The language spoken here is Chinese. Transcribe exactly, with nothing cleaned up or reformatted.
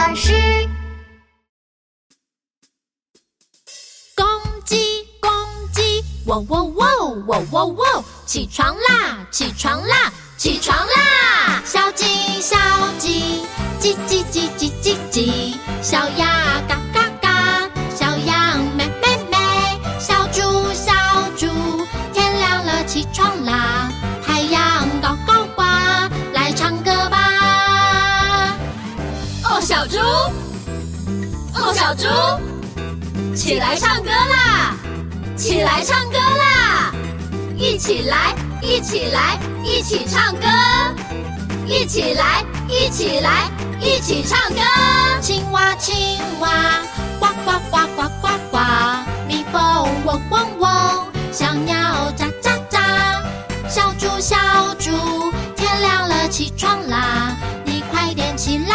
巴士。 公鸡，公鸡，喔喔喔，喔喔喔，起床啦，起床啦，起床啦！小鸡，小鸡，叽叽叽叽叽叽，小鸭嘎嘎嘎，小羊咩咩咩，小猪，小猪，天亮了，起床啦，太阳高高挂，来唱歌吧！ 哦，小猪，哦，小猪，起来唱歌啦！起来唱歌啦！一起来，一起来，一起唱歌！一起来，一起来，一起唱歌！ 青蛙，青蛙，呱呱呱呱呱呱，蜜蜂嗡嗡嗡，小鸟喳喳喳，小猪，小猪，天亮了，起床啦，你快点起来！